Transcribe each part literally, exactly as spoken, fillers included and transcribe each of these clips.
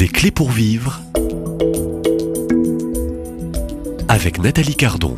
Des clés pour vivre avec Nathalie Cardon.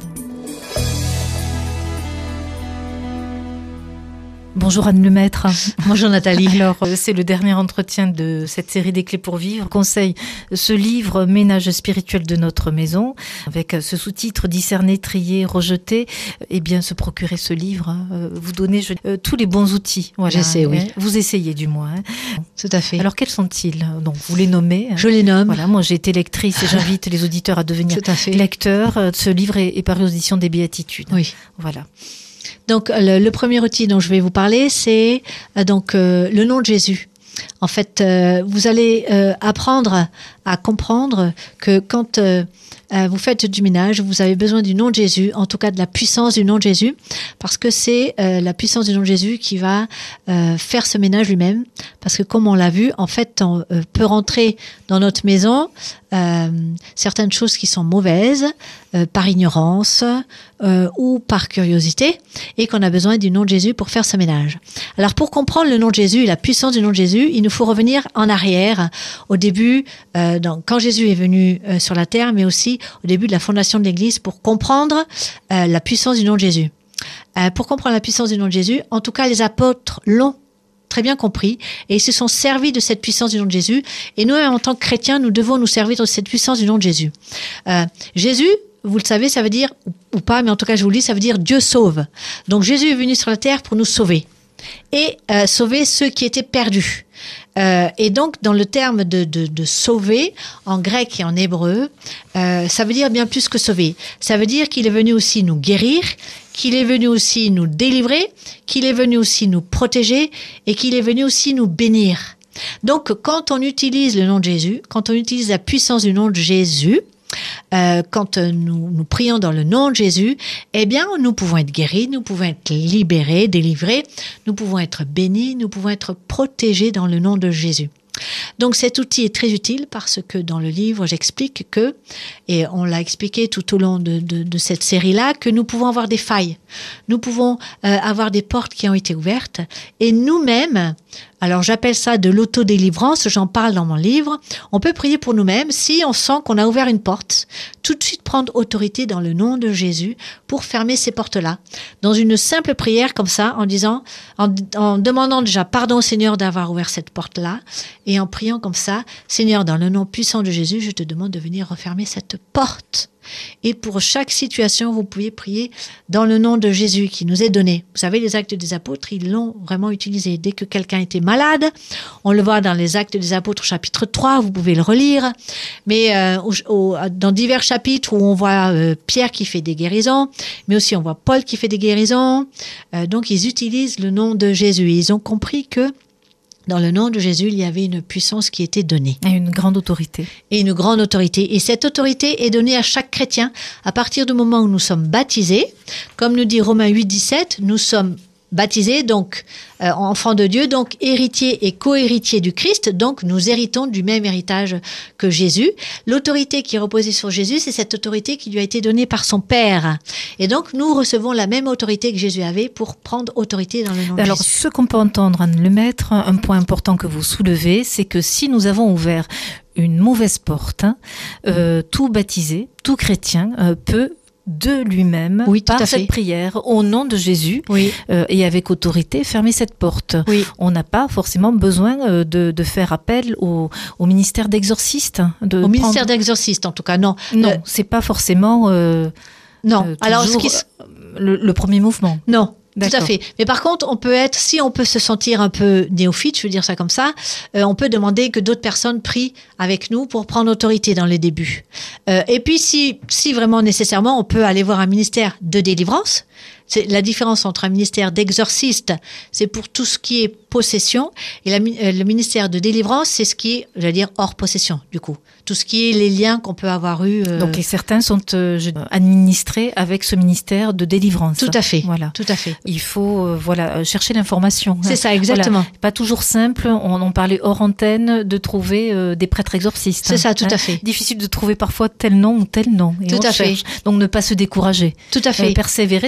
Bonjour Anne Lemaître. Bonjour Nathalie. Alors, c'est le dernier entretien de cette série des clés pour vivre. Conseil ce livre Ménage spirituel de notre maison, avec ce sous-titre Discerner, trier, rejeter. Eh bien, se procurer ce livre, hein, vous donnez je, euh, tous les bons outils. Voilà, J'essaie, oui. Hein, vous essayez du moins. Hein. Tout à fait. Alors, quels sont-ils? Donc, vous les nommez. Hein. Je les nomme. Voilà, moi j'ai été lectrice et j'invite les auditeurs à devenir Tout à fait. lecteurs. Ce livre est, est paru aux éditions des Béatitudes. Oui. Voilà. Donc le, le premier outil dont je vais vous parler, c'est euh, donc euh, le nom de Jésus. En fait, euh, vous allez euh, apprendre à comprendre que quand euh, euh, vous faites du ménage, vous avez besoin du nom de Jésus, en tout cas de la puissance du nom de Jésus, parce que c'est euh, la puissance du nom de Jésus qui va euh, faire ce ménage lui-même. Parce que comme on l'a vu, en fait, on euh, peut rentrer dans notre maison euh, certaines choses qui sont mauvaises, euh, par ignorance euh, ou par curiosité, et qu'on a besoin du nom de Jésus pour faire ce ménage. Alors pour comprendre le nom de Jésus et la puissance du nom de Jésus, il nous faut revenir en arrière, au début, euh, donc, quand Jésus est venu euh, sur la terre, mais aussi au début de la fondation de l'Église, pour comprendre euh, la puissance du nom de Jésus. Euh, pour comprendre la puissance du nom de Jésus, en tout cas les apôtres l'ont très bien compris, et ils se sont servis de cette puissance du nom de Jésus, et nous, en tant que chrétiens, nous devons nous servir de cette puissance du nom de Jésus. Euh, Jésus, vous le savez, ça veut dire, ou pas, mais en tout cas je vous le dis, ça veut dire Dieu sauve. Donc Jésus est venu sur la terre pour nous sauver, et euh, sauver ceux qui étaient perdus. Euh, et donc, dans le terme de, de, de sauver, en grec et en hébreu, euh, ça veut dire bien plus que sauver. Ça veut dire qu'il est venu aussi nous guérir, qu'il est venu aussi nous délivrer, qu'il est venu aussi nous protéger et qu'il est venu aussi nous bénir. Donc, quand on utilise le nom de Jésus, quand on utilise la puissance du nom de Jésus, Euh, quand euh, nous, nous prions dans le nom de Jésus, eh bien, nous pouvons être guéris, nous pouvons être libérés, délivrés, nous pouvons être bénis, nous pouvons être protégés dans le nom de Jésus. Donc cet outil est très utile parce que dans le livre, j'explique que, et on l'a expliqué tout au long de, de, de cette série-là, que nous pouvons avoir des failles, nous pouvons euh, avoir des portes qui ont été ouvertes, et nous-mêmes, alors j'appelle ça de l'autodélivrance, j'en parle dans mon livre, on peut prier pour nous-mêmes si on sent qu'on a ouvert une porte, tout de suite prendre autorité dans le nom de Jésus pour fermer ces portes-là. Dans une simple prière comme ça, en disant, en, en demandant déjà pardon au Seigneur d'avoir ouvert cette porte-là, et en priant comme ça, Seigneur, dans le nom puissant de Jésus, je te demande de venir refermer cette porte. Et pour chaque situation, vous pouvez prier dans le nom de Jésus qui nous est donné. Vous savez, les actes des apôtres, ils l'ont vraiment utilisé. Dès que quelqu'un était malade, on le voit dans les actes des apôtres chapitre trois, vous pouvez le relire. Mais euh, au, au, dans divers chapitres où on voit euh, Pierre qui fait des guérisons, mais aussi on voit Paul qui fait des guérisons. Euh, donc ils utilisent le nom de Jésus. Ils ont compris que dans le nom de Jésus, il y avait une puissance qui était donnée. Et une grande autorité. Et une grande autorité. Et cette autorité est donnée à chaque chrétien à partir du moment où nous sommes baptisés. Comme nous dit Romains huit, dix-sept, nous sommes baptisés, donc euh, enfants de Dieu, donc héritiers et co-héritiers du Christ, donc nous héritons du même héritage que Jésus. L'autorité qui est reposée sur Jésus, c'est cette autorité qui lui a été donnée par son Père. Et donc nous recevons la même autorité que Jésus avait pour prendre autorité dans le nom de Alors, Jésus. ce qu'on peut entendre, Anne Lemaître, un point important que vous soulevez, c'est que si nous avons ouvert une mauvaise porte, hein, euh, tout baptisé, tout chrétien euh, peut de lui-même, oui, par à cette fait. prière, au nom de Jésus, Oui. euh, et avec autorité, fermer cette porte. Oui. On n'a pas forcément besoin euh, de, de faire appel au, au ministère d'exorciste. De Au prendre... ministère d'exorciste, en tout cas, non. Non, Euh, c'est pas forcément euh, non. euh, Alors, ce toujours, qui s- euh, le, le premier mouvement. Non. D'accord. Tout à fait. Mais par contre, on peut être, si on peut se sentir un peu néophyte, je veux dire ça comme ça, euh, on peut demander que d'autres personnes prient avec nous pour prendre autorité dans les débuts. Euh, et puis, si, si vraiment nécessairement, on peut aller voir un ministère de délivrance. C'est la différence entre un ministère d'exorciste, c'est pour tout ce qui est possession, et la, euh, le ministère de délivrance, c'est ce qui est, j'allais dire, hors possession, du coup. Tout ce qui est les liens qu'on peut avoir eu. Euh... Donc, et certains sont euh, je- administrés avec ce ministère de délivrance. Tout à fait. Voilà. Tout à fait. Il faut euh, voilà euh, chercher l'information. C'est ça, exactement. Voilà. Pas toujours simple. On en parlait hors antenne de trouver euh, des prêtres exorcistes. C'est ça, tout à fait. Difficile de trouver parfois tel nom ou tel nom. Et Tout on à fait. cherche. Donc ne pas se décourager. Tout à fait. Euh, persévérer si on a besoin.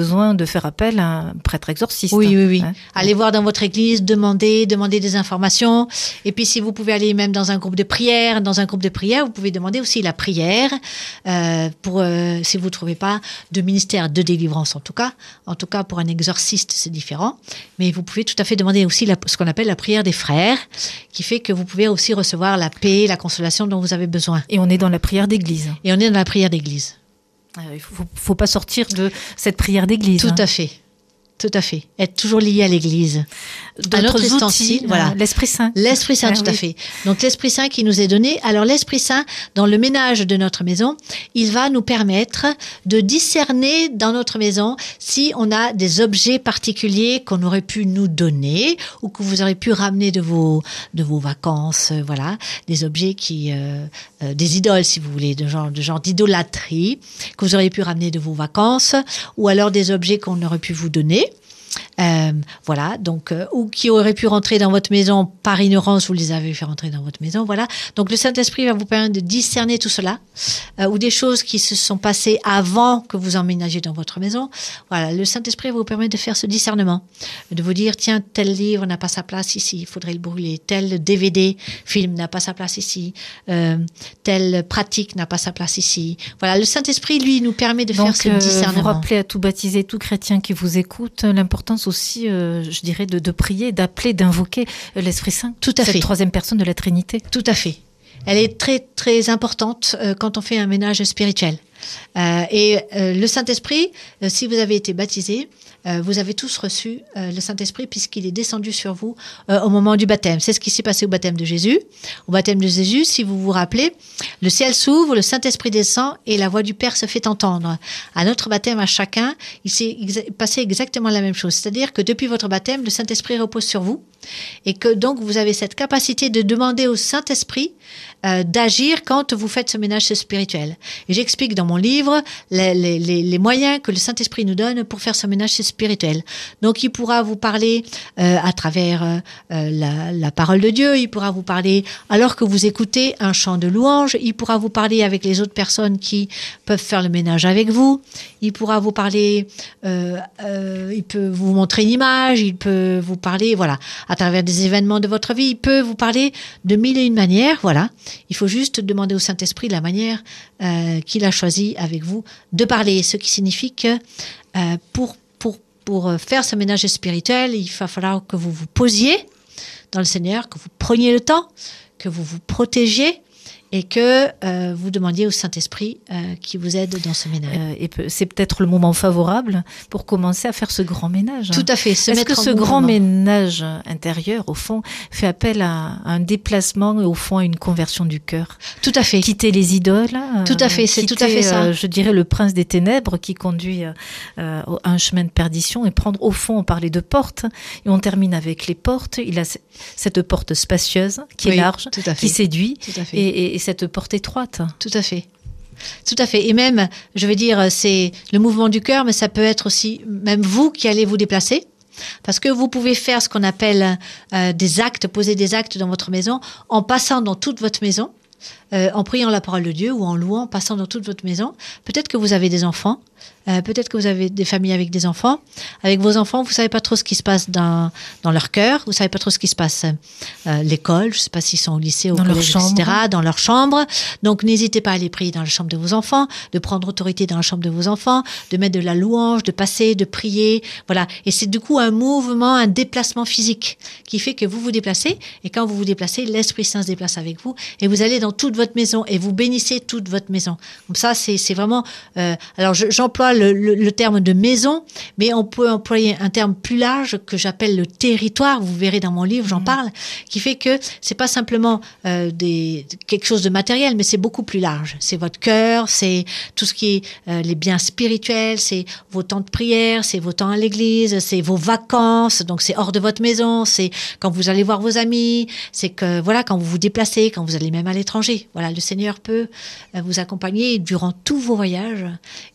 besoin de faire appel à un prêtre exorciste. Oui, oui, oui. Hein. Allez voir dans votre église, demandez, demandez des informations. Et puis, si vous pouvez aller même dans un groupe de prière, dans un groupe de prière, vous pouvez demander aussi la prière euh, pour, euh, si vous ne trouvez pas de ministère de délivrance en tout cas. En tout cas, pour un exorciste, c'est différent. Mais vous pouvez tout à fait demander aussi la, ce qu'on appelle la prière des frères, qui fait que vous pouvez aussi recevoir la paix, la consolation dont vous avez besoin. Et on est dans la prière d'église. Et on est dans la prière d'église. Il ne faut, faut pas sortir de cette prière d'église. Tout hein. à fait. Tout à fait. Être toujours lié à l'église. D'autres outils, voilà. L'Esprit Saint. L'Esprit Saint, Ah, tout oui. à fait. Donc l'Esprit Saint qui nous est donné. Alors l'Esprit Saint, dans le ménage de notre maison, il va nous permettre de discerner dans notre maison si on a des objets particuliers qu'on aurait pu nous donner ou que vous aurez pu ramener de vos, de vos vacances. euh, Voilà. Des objets qui, euh, euh, des idoles, si vous voulez, de genre, de genre d'idolâtrie que vous auriez pu ramener de vos vacances ou alors des objets qu'on aurait pu vous donner. Euh, voilà, donc, euh, ou qui auraient pu rentrer dans votre maison par ignorance, vous les avez fait rentrer dans votre maison, voilà. Donc le Saint-Esprit va vous permettre de discerner tout cela, euh, ou des choses qui se sont passées avant que vous emménagiez dans votre maison. Voilà, le Saint-Esprit va vous permettre de faire ce discernement, de vous dire, tiens, tel livre n'a pas sa place ici, il faudrait le brûler, tel D V D, film n'a pas sa place ici, euh, telle pratique n'a pas sa place ici. Voilà, le Saint-Esprit, lui, nous permet de Donc, faire ce euh, discernement. vous rappelez à tout baptisé, tout chrétien qui vous écoute, l'importance aussi, euh, je dirais, de, de prier, d'appeler, d'invoquer l'Esprit Saint. Tout à cette fait. troisième personne de la Trinité. Tout à fait. Elle est très, très importante euh, quand on fait un ménage spirituel. Euh, et euh, le Saint-Esprit, euh, si vous avez été baptisé, euh, vous avez tous reçu euh, le Saint-Esprit puisqu'il est descendu sur vous euh, au moment du baptême. C'est ce qui s'est passé au baptême de Jésus. Au baptême de Jésus, si vous vous rappelez, le ciel s'ouvre, le Saint-Esprit descend et la voix du Père se fait entendre. À notre baptême, à chacun, il s'est exa- passé exactement la même chose. C'est-à-dire que depuis votre baptême, le Saint-Esprit repose sur vous et que donc vous avez cette capacité de demander au Saint-Esprit euh, d'agir quand vous faites ce ménage spirituel. Et j'explique dans mon livre les, les, les, les moyens que le Saint-Esprit nous donne pour faire ce ménage spirituel. Donc il pourra vous parler euh, à travers euh, la, la parole de Dieu, il pourra vous parler alors que vous écoutez un chant de louange, il pourra vous parler avec les autres personnes qui peuvent faire le ménage avec vous, il pourra vous parler, euh, euh, il peut vous montrer une image, il peut vous parler, voilà, à travers des événements de votre vie, il peut vous parler de mille et une manières, voilà. Il faut juste demander au Saint-Esprit la manière euh, qu'il a choisi avec vous de parler, ce qui signifie que euh, pour, pour, pour faire ce ménage spirituel, il va falloir que vous vous posiez dans le Seigneur, que vous preniez le temps, que vous vous protégiez et que euh, vous demandiez au Saint-Esprit euh, qui vous aide dans ce ménage. Euh, et peu- c'est peut-être le moment favorable pour commencer à faire ce grand ménage. hein. Tout à fait, se Est-ce mettre que en ce grand mouvement. ménage intérieur, au fond, fait appel à un déplacement et au fond à une conversion du cœur? Tout à fait. Quitter les idoles. euh, Tout à fait, c'est tout à quitter, fait ça. euh, je dirais le prince des ténèbres qui conduit euh, euh, à un chemin de perdition et prendre au fond, on parlait de portes et on termine avec les portes. Il a ce- cette porte spacieuse qui Oui, est large, tout à fait. qui séduit Tout à fait. et, et- et cette porte étroite. Tout à fait. Tout à fait. Et même, je veux dire, c'est le mouvement du cœur, mais ça peut être aussi même vous qui allez vous déplacer. Parce que vous pouvez faire ce qu'on appelle euh, des actes, poser des actes dans votre maison, en passant dans toute votre maison, euh, en priant la parole de Dieu ou en louant, en passant dans toute votre maison. Peut-être que vous avez des enfants, euh, peut-être que vous avez des familles avec des enfants. Avec vos enfants, vous savez pas trop ce qui se passe dans, dans leur cœur, vous savez pas trop ce qui se passe euh, l'école, je sais pas s'ils sont au lycée, au Dans leur collège, chambre. et cetera, dans leur chambre. Donc n'hésitez pas à aller prier dans la chambre de vos enfants, de prendre autorité dans la chambre de vos enfants, de mettre de la louange, de passer, de prier, voilà. Et c'est du coup un mouvement, un déplacement physique qui fait que vous vous déplacez, et quand vous vous déplacez, l'Esprit Saint se déplace avec vous, et vous allez dans toute votre maison, et vous bénissez toute votre maison. Comme ça, c'est c'est vraiment... Euh, alors je- j'emploie le, le, le terme de maison, mais on peut employer un terme plus large que j'appelle le territoire, vous verrez dans mon livre, j'en Mmh. parle, qui fait que c'est pas simplement euh, des, quelque chose de matériel, mais c'est beaucoup plus large. C'est votre cœur, c'est tout ce qui est euh, les biens spirituels, c'est vos temps de prière, c'est vos temps à l'église, c'est vos vacances, donc c'est hors de votre maison, c'est quand vous allez voir vos amis, c'est que voilà, quand vous vous déplacez, quand vous allez même à l'étranger. Voilà, le Seigneur peut euh, vous accompagner durant tous vos voyages et, euh,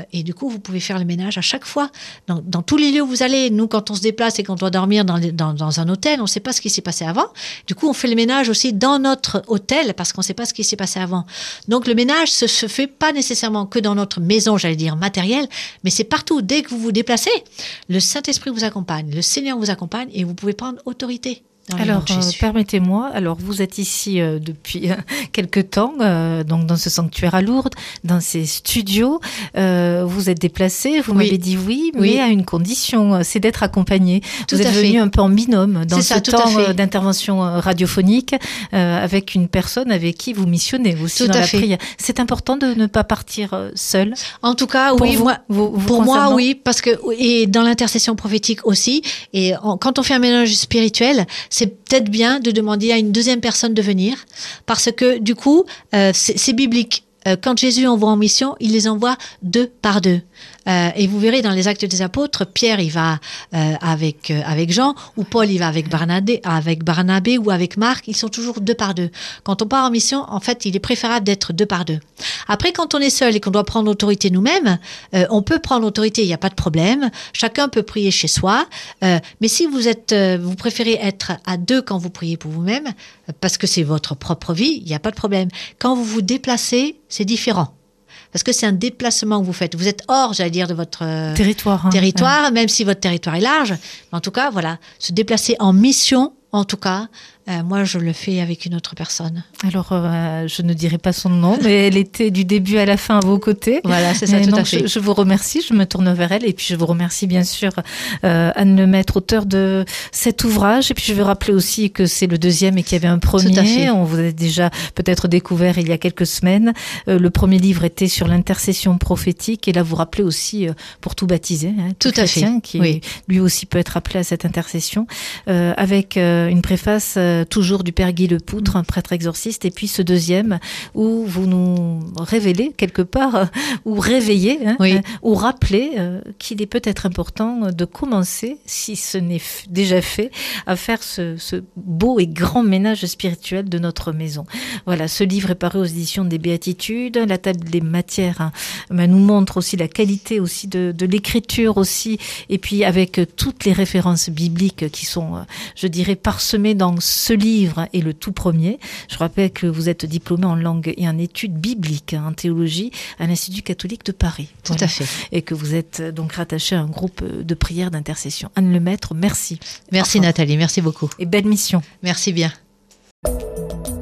et du coup, vous pouvez faire le ménage à chaque fois, dans, dans tous les lieux où vous allez. Nous, quand on se déplace et qu'on doit dormir dans, dans, dans un hôtel, on ne sait pas ce qui s'est passé avant. Du coup, on fait le ménage aussi dans notre hôtel parce qu'on ne sait pas ce qui s'est passé avant. Donc, le ménage se, se fait pas nécessairement que dans notre maison, j'allais dire matérielle, mais c'est partout. Dès que vous vous déplacez, le Saint-Esprit vous accompagne, le Seigneur vous accompagne et vous pouvez prendre autorité. Alors, euh, permettez-moi, alors vous êtes ici euh, depuis euh, quelque temps, euh, donc dans ce sanctuaire à Lourdes, dans ces studios, euh, vous êtes déplacé, vous oui. m'avez dit oui, mais oui. à une condition, c'est d'être accompagné. Tout vous êtes venu un peu en binôme dans c'est ce ça, temps euh, d'intervention radiophonique euh, avec une personne avec qui vous missionnez aussi tout dans la fait. prière. C'est important de ne pas partir euh, seul. En tout cas, pour oui, vous, moi, vous, vous pour moi, oui, parce que et dans l'intercession prophétique aussi, et en, quand on fait un ménage spirituel, c'est peut-être bien de demander à une deuxième personne de venir, parce que du coup, euh, c'est, c'est biblique. Euh, quand Jésus envoie en mission, il les envoie deux par deux. Euh, et vous verrez dans les Actes des Apôtres, Pierre il va euh, avec euh, avec Jean, ou Paul il va avec Barnabé, avec Barnabé ou avec Marc. Ils sont toujours deux par deux. Quand on part en mission, en fait, il est préférable d'être deux par deux. Après, quand on est seul et qu'on doit prendre l'autorité nous-mêmes, euh, on peut prendre l'autorité. Il n'y a pas de problème. Chacun peut prier chez soi. Euh, mais si vous êtes, euh, vous préférez être à deux quand vous priez pour vous-même, parce que c'est votre propre vie, il n'y a pas de problème. Quand vous vous déplacez, c'est différent. Parce que c'est un déplacement que vous faites. Vous êtes hors, j'allais dire, de votre euh, territoire, hein, territoire ouais. même si votre territoire est large. Mais en tout cas, voilà, se déplacer en mission, en tout cas, euh, moi, je le fais avec une autre personne. Alors, euh, je ne dirai pas son nom, mais elle était du début à la fin à vos côtés. Voilà, c'est ça, mais tout non, à fait. Je, je vous remercie, je me tourne vers elle. Et puis, je vous remercie, bien sûr, euh, Anne Lemaître, auteure de cet ouvrage. Et puis, je veux rappeler aussi que c'est le deuxième et qu'il y avait un premier. Tout à fait. On vous a déjà peut-être découvert il y a quelques semaines. Euh, le premier livre était sur l'intercession prophétique. Et là, vous rappelez aussi euh, pour tout baptiser, hein, tout, tout chrétien, à fait. Qui oui. lui aussi peut être appelé à cette intercession, euh, avec euh, une préface euh, toujours du Père Guy Lepoutre, un prêtre exorciste, et puis ce deuxième où vous nous révélez quelque part, euh, ou réveillez, hein, oui. euh, ou rappelez euh, qu'il est peut-être important de commencer, si ce n'est f- déjà fait, à faire ce, ce beau et grand ménage spirituel de notre maison. Voilà, ce livre est paru aux éditions des Béatitudes. La table des matières hein, bah, nous montre aussi la qualité aussi de, de l'écriture aussi, et puis avec euh, toutes les références bibliques qui sont, euh, je dirais, parsemées dans ce livre et le tout premier. Je rappelle que vous êtes diplômé en langue et en études bibliques, en théologie, à l'Institut catholique de Paris. Tout voilà. à fait. Et que vous êtes donc rattaché à un groupe de prière d'intercession. Anne Lemaître, merci. Merci enfin. Nathalie, merci beaucoup. Et belle mission. Merci bien.